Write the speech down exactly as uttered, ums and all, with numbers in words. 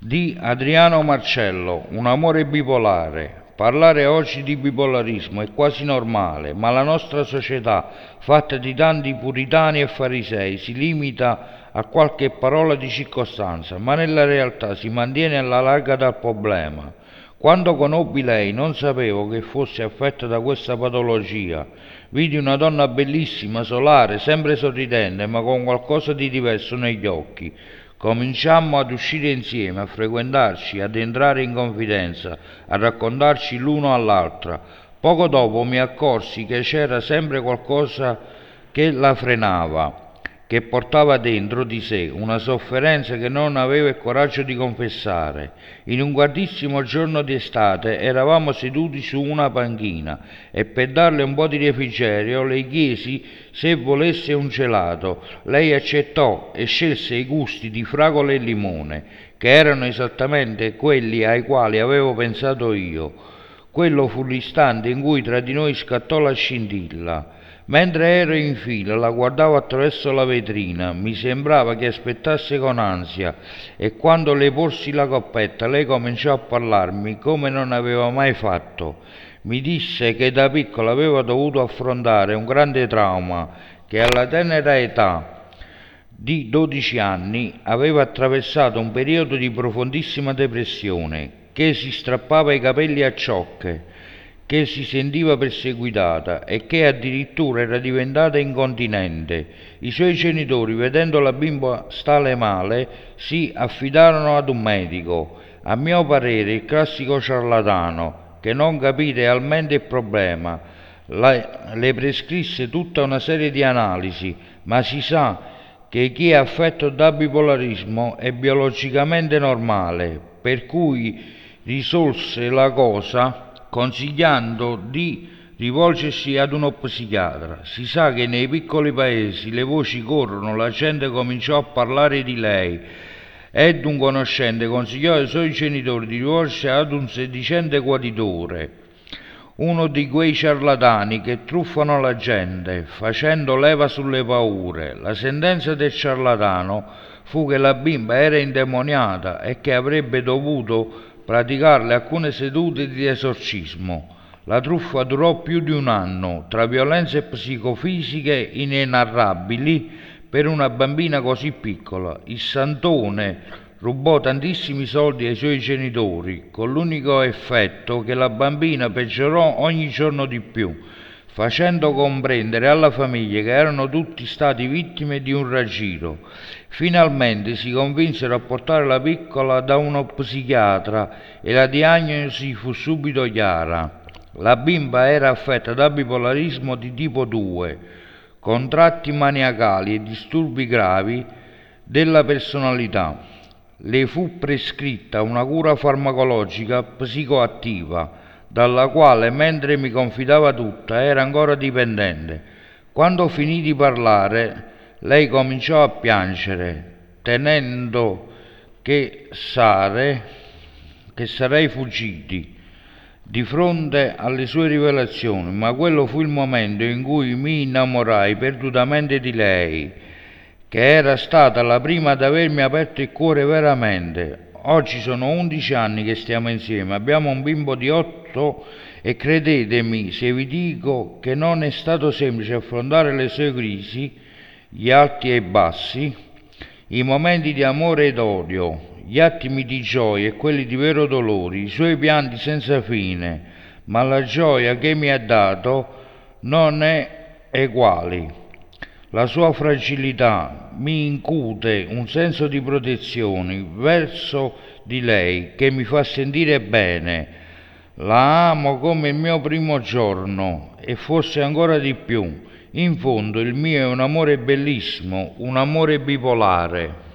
Di Adriano Marcello, Un amore bipolare. Parlare oggi di bipolarismo è quasi normale, ma la nostra società, fatta di tanti puritani e farisei, si limita a qualche parola di circostanza, ma nella realtà si mantiene alla larga dal problema. Quando conobbi lei non sapevo che fosse affetta da questa patologia. Vidi una donna bellissima, solare, sempre sorridente, ma con qualcosa di diverso negli occhi. Cominciammo ad uscire insieme, a frequentarci, ad entrare in confidenza, a raccontarci l'uno all'altra. Poco dopo mi accorsi che c'era sempre qualcosa che la frenava, che portava dentro di sé una sofferenza che non aveva il coraggio di confessare. In un guardissimo giorno di estate eravamo seduti su una panchina e per darle un po' di refrigerio le chiesi se volesse un gelato. Lei accettò e scelse i gusti di fragola e limone, che erano esattamente quelli ai quali avevo pensato io. Quello fu l'istante in cui tra di noi scattò la scintilla. Mentre ero in fila la guardavo attraverso la vetrina, mi sembrava che aspettasse con ansia e quando le porsi la coppetta lei cominciò a parlarmi come non aveva mai fatto. Mi disse che da piccola aveva dovuto affrontare un grande trauma, che alla tenera età di dodici anni aveva attraversato un periodo di profondissima depressione, che si strappava i capelli a ciocche, che si sentiva perseguitata e che addirittura era diventata incontinente. I suoi genitori, vedendo la bimba stare male, si affidarono ad un medico, a mio parere il classico ciarlatano, che non capì realmente il problema. La, le prescrisse tutta una serie di analisi, ma si sa che chi è affetto da bipolarismo è biologicamente normale, per cui risolse la cosa consigliando di rivolgersi ad uno psichiatra. Si sa che nei piccoli paesi le voci corrono, la gente cominciò a parlare di lei ed un conoscente consigliò ai suoi genitori di rivolgersi ad un sedicente guaritore, uno di quei ciarlatani che truffano la gente, facendo leva sulle paure. La sentenza del ciarlatano fu che la bimba era indemoniata e che avrebbe dovuto praticarle alcune sedute di esorcismo. La truffa durò più di un anno, tra violenze psicofisiche inenarrabili per una bambina così piccola. Il santone rubò tantissimi soldi ai suoi genitori, con l'unico effetto che la bambina peggiorò ogni giorno di più, facendo comprendere alla famiglia che erano tutti stati vittime di un raggiro. Finalmente si convinsero a portare la piccola da uno psichiatra e la diagnosi fu subito chiara. La bimba era affetta da bipolarismo di tipo due, con tratti maniacali e disturbi gravi della personalità. Le fu prescritta una cura farmacologica psicoattiva, dalla quale, mentre mi confidava tutta, era ancora dipendente. Quando finì di parlare, lei cominciò a piangere, tenendo che, sare, che sarei fuggiti di fronte alle sue rivelazioni, ma quello fu il momento in cui mi innamorai perdutamente di lei, che era stata la prima ad avermi aperto il cuore veramente. Oggi sono undici anni che stiamo insieme, abbiamo un bimbo di otto e credetemi se vi dico che non è stato semplice affrontare le sue crisi, gli alti e i bassi, i momenti di amore ed odio, gli attimi di gioia e quelli di vero dolore, i suoi pianti senza fine, ma la gioia che mi ha dato non è eguale. La sua fragilità mi incute un senso di protezione verso di lei che mi fa sentire bene. La amo come il mio primo giorno e forse ancora di più. In fondo il mio è un amore bellissimo, un amore bipolare.